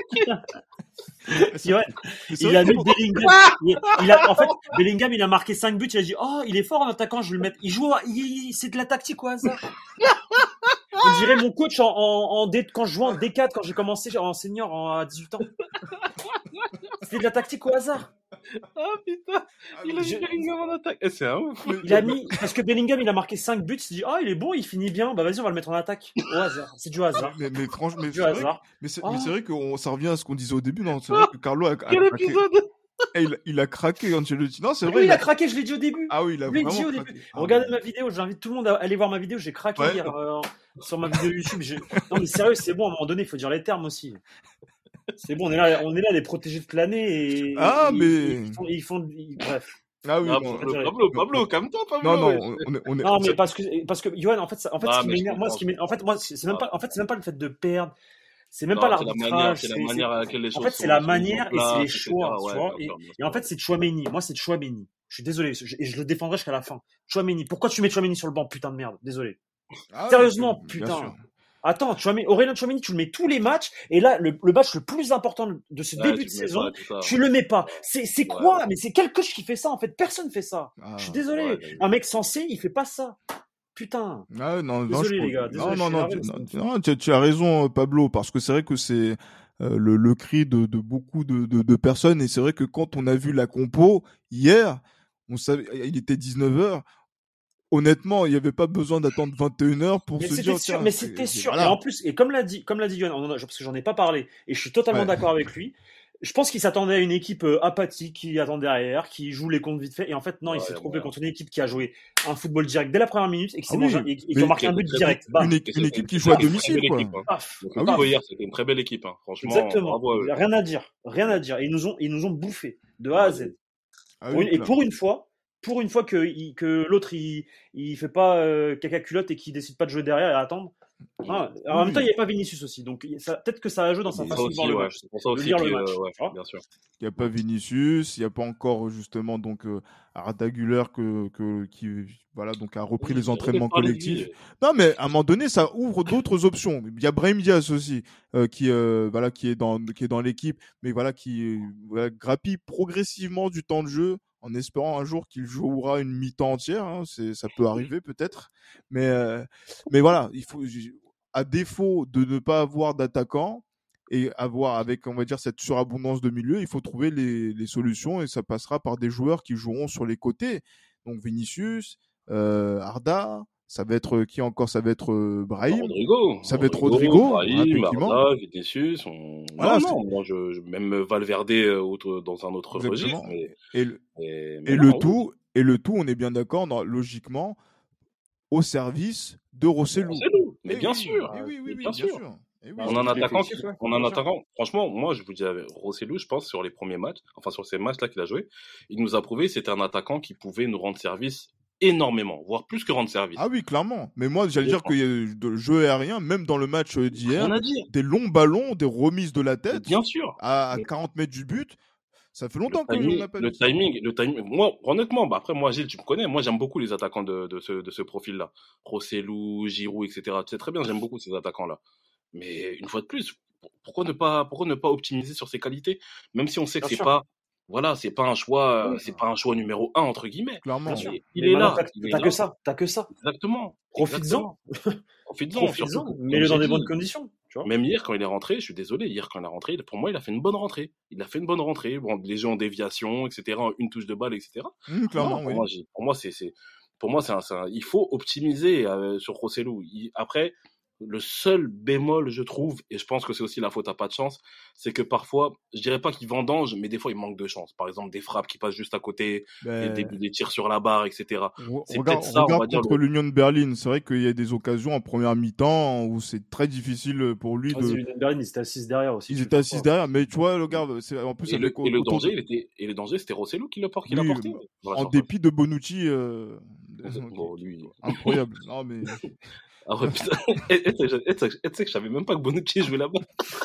Il a mis Bellingham. En fait, Bellingham, il a marqué 5 buts. Il a dit, oh, il est fort en attaquant, je vais le mettre. C'est de la tactique au hasard. On dirait mon coach quand je jouais en D4, quand j'ai commencé en senior à 18 ans. C'était de la tactique au hasard. Ah putain, il a mis Bellingham en attaque. C'est un ouf. Parce que Bellingham, il a marqué 5 buts. Il s'est dit, oh, il est bon, il finit bien. Bah vas-y, on va le mettre en attaque. Au hasard. C'est du hasard. Mais franchement, c'est vrai que ça revient à ce qu'on disait au début. Non, c'est vrai que Carlo a Quel craqué. épisode? Il a craqué, Ancelotti. Non, c'est vrai. Oui, il a craqué, je l'ai dit au début. Ah oui, il a vraiment craqué. Regardez ma vidéo, j'invite tout le monde à aller voir ma vidéo. J'ai craqué hier sur ma vidéo YouTube. Non, mais sérieux, c'est bon, à un moment donné, il faut dire les termes aussi. C'est bon, on est là les protéger toute l'année et ils font bref. Ah oui, Pablo, calme-toi, Pablo. Non, mais parce que Yoann, en fait, ce qui m'énerve, c'est même pas le fait de perdre. C'est même pas l'arbitrage. C'est la manière à laquelle les choses sont. En fait, c'est la manière et c'est les choix. Et en fait, c'est Tchouaméni. Moi, c'est Tchouaméni. Je suis désolé. Et je le défendrai jusqu'à la fin. Tchouaméni. Pourquoi tu mets Tchouaméni sur le banc, putain de merde? Désolé. Sérieusement, putain. Attends, Aurélien Tchouaméni, tu le mets tous les matchs. Et là, le match le plus important de ce début de saison, tu le mets pas. C'est quoi? Mais c'est quel coach qui fait ça, en fait? Personne fait ça. Je suis désolé. Un mec sensé, il fait pas ça. Putain. Désolé, les gars. Non, tu as raison, Pablo, parce que c'est vrai que c'est le cri de beaucoup de personnes, et c'est vrai que quand on a vu la compo hier, on savait, il était 19h. Honnêtement, il n'y avait pas besoin d'attendre 21h pour se dire. Mais c'était sûr. Voilà. Et en plus, et comme l'a dit Yoann, parce que j'en ai pas parlé, et je suis totalement d'accord avec lui. Je pense qu'il s'attendait à une équipe apathique qui attend derrière, qui joue les comptes vite fait. Et en fait, non, il s'est trompé contre une équipe qui a joué un football direct dès la première minute et qui a marqué un but direct. Une équipe qui joue à domicile, quoi. Hier, c'était une très belle équipe, hein. Franchement. Exactement. Rien à dire. Et ils nous ont bouffé de A à Z. Et pour une fois que l'autre il fait pas caca culotte et qu'il décide pas de jouer derrière et attendre. En même temps, il n'y avait pas Vinicius aussi, donc peut-être que ça a joué dans sa façon de voir le match. C'est pour ça aussi bien sûr. Il n'y a pas Vinicius, il n'y a pas encore justement donc Arda Güler qui voilà donc a repris les entraînements collectifs. Non, mais à un moment donné, ça ouvre d'autres options. Il y a Brahim Diaz aussi qui est dans l'équipe, mais voilà qui grappille progressivement du temps de jeu, en espérant un jour qu'il jouera une mi-temps entière. Hein. Ça peut arriver peut-être, mais voilà, il faut, à défaut de ne pas avoir d'attaquant et avoir avec, on va dire, cette surabondance de milieu, il faut trouver les solutions, et ça passera par des joueurs qui joueront sur les côtés. Donc Vinicius, Arda, ça va être qui encore? Ça va être Brahim. Ça va être Rodrigo. Brahim, Arda, Vinicius. Voilà, moi, même Valverde dans un autre registre. Le tout, on est bien d'accord, logiquement, au service de Rosselló. Mais bien sûr. Oui, bien sûr. On a un attaquant. Franchement, moi, je vous dis, Rosselló, je pense, sur les premiers matchs, enfin, sur ces matchs-là qu'il a joué, il nous a prouvé que c'était un attaquant qui pouvait nous rendre service énormément, voire plus que rendre service. Ah oui, clairement. Mais moi, j'allais dire qu'il y a le jeu aérien, même dans le match d'hier, des longs ballons, des remises de la tête. Bien sûr. À 40 mètres du but. Ça fait longtemps que l'on n'a pas vu. Le timing. Moi, honnêtement, après, moi, Gilles, tu me connais. Moi, j'aime beaucoup les attaquants de ce profil-là. Rosselló, Giroud, etc. Tu sais très bien, j'aime beaucoup ces attaquants-là. Mais une fois de plus, pourquoi ne pas optimiser sur ses qualités? Même si on sait que c'est pas Voilà, c'est pas un choix numéro 1 entre guillemets. Clairement. Bien sûr. Il est là. T'as que ça. Exactement. Profites-en. Surtout, Mets-le comme dans j'ai des dit, bonnes conditions. Tu vois. même hier, quand il est rentré, je suis désolé, hier, quand il est rentré, pour moi, il a fait une bonne rentrée. Bon, les jeux en déviation, etc., une touche de balle, etc. Clairement, Non, oui. pour moi, il faut optimiser sur Rosselló. Après, le seul bémol, je trouve, et je pense que c'est aussi la faute à pas de chance, c'est que parfois, je dirais pas qu'il vendange, mais des fois, il manque de chance. Par exemple, des frappes qui passent juste à côté, des tirs sur la barre, etc. C'est peut-être ça, on va dire. Contre l'Union de Berlin, c'est vrai qu'il y a des occasions en première mi-temps où c'est très difficile pour lui de. L'Union de Berlin, ils étaient assis derrière aussi. Ils étaient assis derrière, mais tu vois, le gars, en plus, et le danger, c'était Rosselló qui l'a porté. En dépit de Bonucci, bon, lui. Incroyable. Non, mais. Ah ouais, putain. Tu sais que je savais même pas que Bonucci jouait là-bas.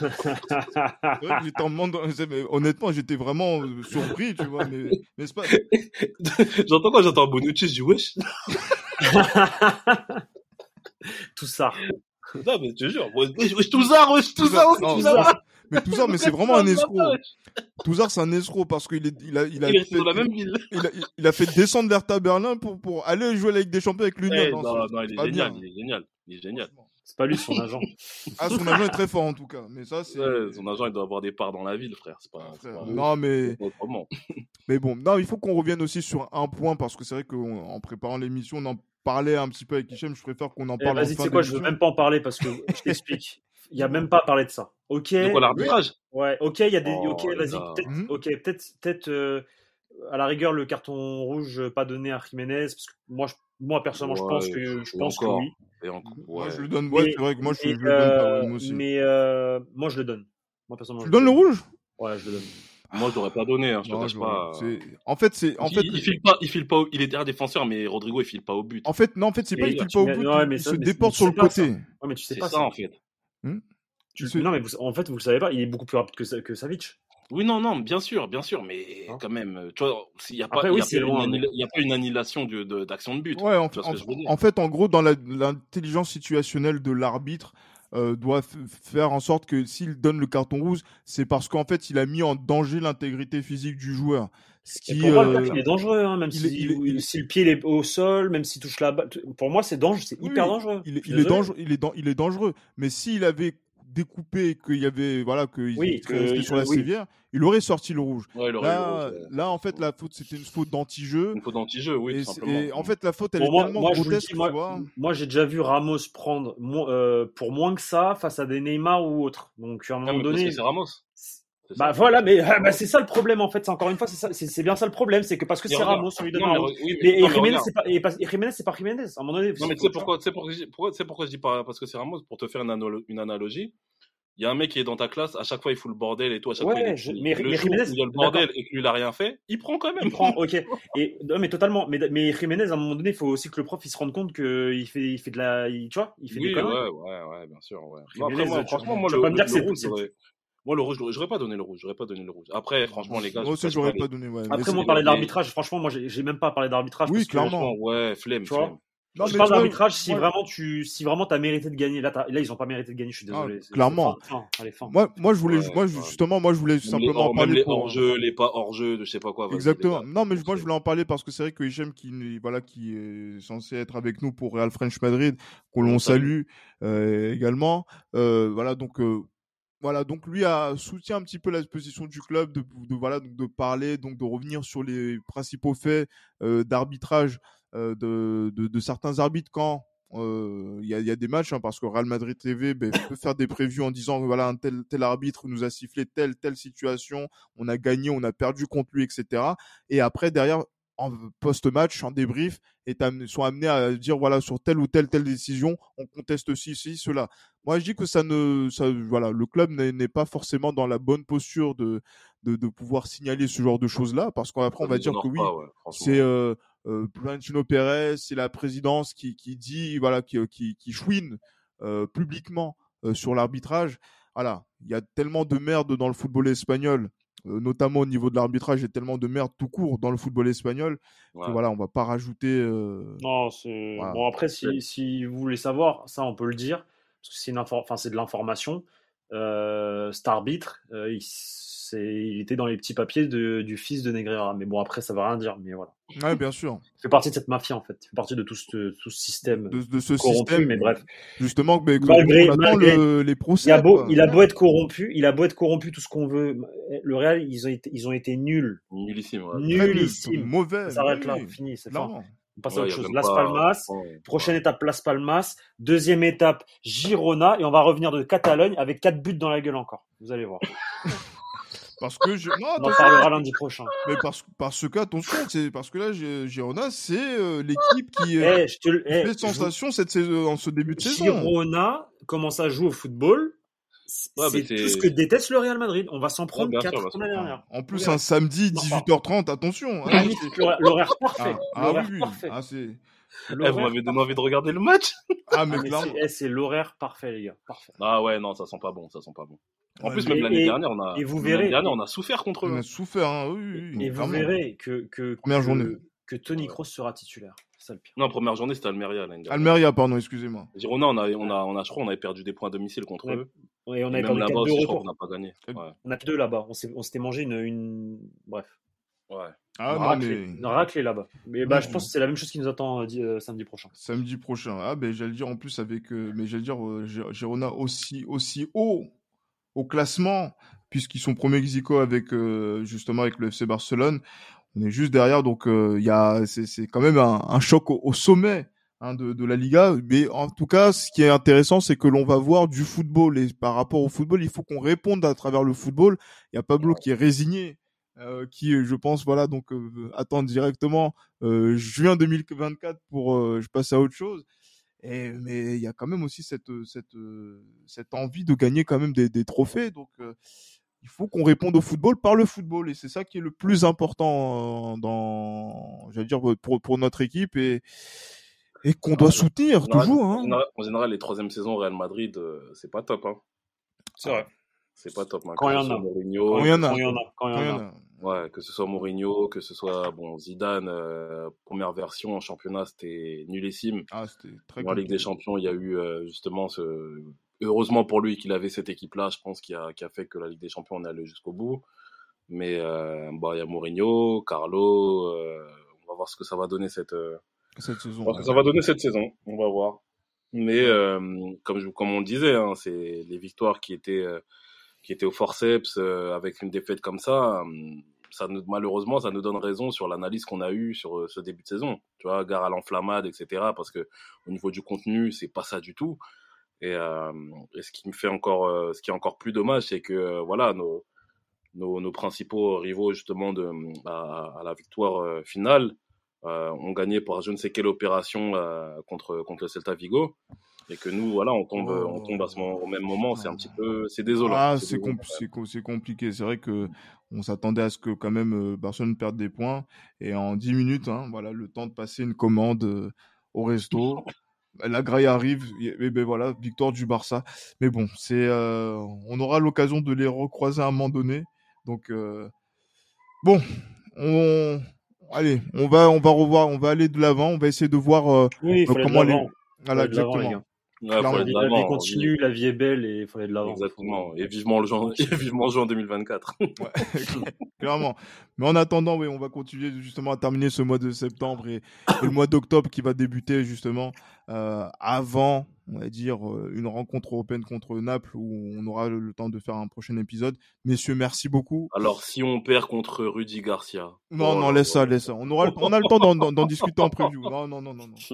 Honnêtement, j'étais vraiment surpris, tu vois, mais c'est pas. J'entends Bonucci, je dis wesh. Tout ça. Non, mais je te jure, Touzard. Mais Touzard, mais c'est vraiment un escroc. Touzard, c'est un escroc parce qu'il il est dans la même ville. Il a fait descendre l'Hertha Berlin pour aller jouer la Ligue des Champions avec l'Union. Non, il est génial. C'est pas lui, son agent. Son agent est très fort en tout cas. Mais ça, c'est. Ouais, son agent, il doit avoir des parts dans la ville, frère. C'est pas... Non, mais. Mais bon, non, il faut qu'on revienne aussi sur un point parce que c'est vrai qu'en préparant l'émission, on en parlait un petit peu avec Hichem. Je préfère qu'on en parle. Vas-y, tu sais quoi, je veux même pas en parler parce que je t'explique. Il y a même pas à parler de ça. Ok. De quoi, l'arbitrage? Ouais. Ok, il y a des. Ok, vas-y. Peut-être. À la rigueur, le carton rouge pas donné à Jiménez, parce que moi personnellement, je pense que oui. Moi, je le donne. Ouais, c'est vrai que moi, je le donne pas. Moi aussi. Mais moi, je le donne. Moi personnellement. Tu donnes le rouge? Ouais, je le donne. Moi, je l'aurais pas donné. Je te cache pas. En fait, il file pas. Il est derrière défenseur, mais Rodrigo, il file pas au but. En fait, non, c'est pas il file pas au but. Il se déporte sur le côté. Ouais, mais tu sais pas ça en fait. Non, mais en fait, vous le savez pas. Il est beaucoup plus rapide que Savic. Oui, non, bien sûr, mais quand même, tu vois, il n'y a pas une annulation d'action de but. Ouais, en fait, en gros, dans l'intelligence situationnelle de l'arbitre, doit faire en sorte que s'il donne le carton rouge, c'est parce qu'en fait, il a mis en danger l'intégrité physique du joueur. Pour moi, il est dangereux, hein, même si le pied est au sol, même s'il touche la balle. Pour moi, c'est dangereux, c'est hyper dangereux. Il est dangereux. Mais s'il avait découpé, qu'il y avait qu'il serait resté sur la civière, il aurait sorti le rouge. Ouais, là, en fait, la faute, c'était une faute d'anti-jeu. Une faute d'anti-jeu, oui, tout simplement. Et en fait, la faute, elle est tellement grotesque, tu vois. Moi, j'ai déjà vu Ramos prendre pour moins que ça face à des Neymar ou autres. Donc, à un moment donné. Parce que c'est Ramos. Voilà, mais c'est ça le problème en fait. C'est encore une fois, c'est bien ça le problème, c'est que parce que c'est Ramos, on lui donne un rouge. Mais Jiménez, c'est pas Jiménez. À un moment donné. Non, mais tu sais pourquoi je dis pas parce que c'est Ramos, pour te faire une analogie. Il y a un mec qui est dans ta classe, à chaque fois il fout le bordel et tout, à chaque fois mais Jiménez, il y a le bordel et que lui il a rien fait, il prend quand même. Il prend, ok. Non, mais totalement. Mais Jiménez, à un moment donné, il faut aussi que le prof il se rende compte qu'il fait de la, tu vois, il fait des conneries. Ouais, bien sûr. Ouais. Jiménez, après, moi, franchement, moi le rouge, j'aurais pas donné le rouge. Après, franchement, les gars. Moi aussi, j'aurais pas donné. Ouais. Après, moi, parler d'arbitrage, franchement, moi, j'ai même pas parlé d'arbitrage. Oui, clairement. Ouais, flemme. Non, je parle d'arbitrage si vraiment t'as mérité de gagner. Là, ils ont pas mérité de gagner, je suis désolé. Clairement. Moi, je voulais simplement en parler. Les hors-jeux, les pas hors-jeux, je sais pas quoi. Exactement. Non, mais moi, je voulais en parler parce que c'est vrai que Hichem, qui est censé être avec nous pour Real French Madrid, qu'on l'on salue également. Donc lui a soutient un petit peu la position du club de parler, donc de revenir sur les principaux faits d'arbitrage de certains arbitres quand il y a des matchs, hein, parce que Real Madrid TV peut faire des previews en disant voilà, un tel arbitre nous a sifflé telle situation, on a gagné, on a perdu contre lui, etc. Et après derrière, en post-match, en débrief, sont amenés à dire voilà, sur telle ou telle décision, on conteste ceci, cela. Moi, je dis que le club n'est pas forcément dans la bonne posture de pouvoir signaler ce genre de choses-là, parce qu'après on va dire que oui, c'est Florentino Pérez, c'est la présidence qui dit qui chouine publiquement sur l'arbitrage. Voilà, il y a tellement de merde dans le football espagnol, notamment au niveau de l'arbitrage, il y a tellement de merde tout court dans le football espagnol que on va pas rajouter. Non, c'est bon. Après, si vous voulez savoir, ça on peut le dire parce que c'est de l'information. Cet arbitre, Il était dans les petits papiers du fils de Negreira. Mais bon, après, ça veut rien dire. Mais voilà. Ouais, bien sûr. Il fait partie de cette mafia, en fait. Il fait partie de tout ce système de ce corrompu, système. mais bref. Justement, mais Malgré- on attend malgré- les procès. Il a beau être corrompu, tout ce qu'on veut. Le Real, ils ont été nuls. Nullissime. Ouais. Nullissimes. Mauvais. Ça s'arrête là, oui, fini, c'est clairement. fin. On passe à autre y a chose. même Las pas- Palmas. ouais. Prochaine étape, Las Palmas. Deuxième étape, Girona. Et on va revenir de Catalogne avec 4 buts dans la gueule encore. Vous allez voir. Parce que non, On en attention, parlera lundi prochain. mais parce que attention, c'est parce que là, Girona, c'est l'équipe qui fait sensation cette saison, en ce début de saison. Girona commence à jouer au football. Ouais, C'est tout ce que déteste le Real Madrid. On va s'en prendre bien sûr, 4 bien sûr. l'année dernière. En plus, un samedi, Non, 18h30, attention. Hein, Magnifique, l'horaire parfait. ah L'horaire oui. parfait. Ah, c'est... Vous L'horaire m'avez donné envie de regarder le match. Ah, mais Ah, mais clairement. c'est l'horaire parfait, les gars. Parfait. Ah ouais, non, ça sent pas bon. En Ouais, plus, mais- même l'année dernière, on a souffert contre On eux. a souffert, hein, oui. Et vous clairement. verrez Première journée. que Toni Kroos sera titulaire. C'est ça le pire. Non, première journée, c'était Almeria l'année dernière. Almeria, pardon, excusez-moi. Girona, je crois, on avait perdu des points à domicile contre Ouais. eux. Et on Et avait même perdu là-bas 4-2 aussi, au je crois retour. qu'on n'a pas gagné. Ouais. On a plus 2 là-bas. On s'était mangé une. Bref. Ouais. Ah, Une non, raclée. mais Une raclée là-bas. Mais Non. je pense que c'est la même chose qui nous attend samedi prochain. samedi prochain. Ah, ben, j'allais dire en plus avec, mais j'allais dire Girona aussi haut au classement, puisqu'ils sont premiers ex-aequo avec, justement, avec le FC Barcelone. On est juste derrière, donc, c'est quand même un choc au sommet, hein, de la Liga. Mais en tout cas, ce qui est intéressant, c'est que l'on va voir du football. Et par rapport au football, il faut qu'on réponde à travers le football. Il y a Pablo qui est résigné, qui, je pense, voilà, donc, attend directement, juin 2024 pour, je passe à autre chose. Mais il y a quand même aussi cette envie de gagner quand même des trophées. Donc, il faut qu'on réponde au football par le football. Et c'est ça qui est le plus important j'allais dire, pour notre équipe et qu'on doit soutenir toujours. Hein. En général, les troisième saisons au Real Madrid, c'est pas top. Hein. C'est vrai. C'est pas top. Hein. Quand il y en a. Mourinho, Quand il y en a. Quand il y en a. Ouais, que ce soit Mourinho, que ce soit Zidane, première version en championnat, c'était nullissime. Ah, c'était très En Ligue des Champions, il y a eu justement heureusement pour lui qu'il avait cette équipe-là, je pense, qui a fait que la Ligue des Champions on est allé jusqu'au bout. Mais il y a Mourinho, Carlo, on va voir ce que ça va donner cette saison. Ça va donner cette saison, on va voir. Mais comme on le disait, hein, c'est les victoires qui étaient au forceps avec une défaite comme ça. Malheureusement, ça nous donne raison sur l'analyse qu'on a eue sur ce début de saison. Tu vois, gare à l'enflammade, etc. Parce que au niveau du contenu, c'est pas ça du tout. Et ce qui est encore plus dommage, c'est que voilà, nos principaux rivaux justement à la victoire finale ont gagné par je ne sais quelle opération contre le Celta Vigo. Et que nous, voilà, on tombe au même moment, c'est désolant. Ah, c'est compliqué. C'est vrai que on s'attendait à ce que quand même Barcelone perde des points et en 10 minutes, hein, voilà, le temps de passer une commande au resto. La graille arrive et ben voilà, victoire du Barça. Mais bon, on aura l'occasion de les recroiser à un moment donné. Donc bon, allez, on va aller de l'avant, on va essayer de voir comment les. Voilà, exactement. La vie continue, la vie est belle et il faut aller de l'avant. Exactement. Et vivement juin 2024. Ouais, clairement. Mais en attendant, oui, on va continuer justement à terminer ce mois de septembre et le mois d'octobre qui va débuter justement avant, on va dire, une rencontre européenne contre Naples où on aura le temps de faire un prochain épisode. Messieurs, merci beaucoup. Alors, si on perd contre Rudy Garcia. Non, laisse ça. On a le temps d'en discuter en preview. Non.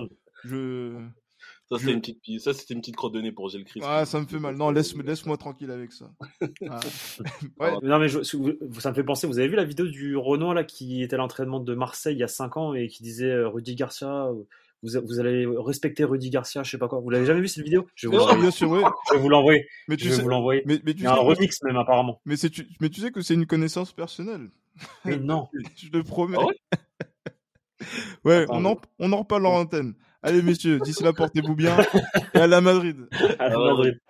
Ça, c'était une petite crotte de nez pour Gilles Christ. Ah, ça me fait mal. Non, laisse-moi tranquille avec ça. Ah. Ouais. Non, mais ça me fait penser, vous avez vu la vidéo du Renoir là, qui était à l'entraînement de Marseille il y a 5 ans et qui disait Rudy Garcia, vous allez respecter Rudy Garcia, je sais pas quoi. Vous l'avez jamais vu cette vidéo? Je vais bien sûr, oui. Je vais vous l'envoyer. Mais je vais vous l'envoyer. Il y a un remix même apparemment. Mais tu sais que c'est une connaissance personnelle. Mais non. Je te promets. Ah ouais, ouais, on en reparle en antenne. Allez, messieurs, d'ici là, portez-vous bien. Et à la Madrid. À la Madrid.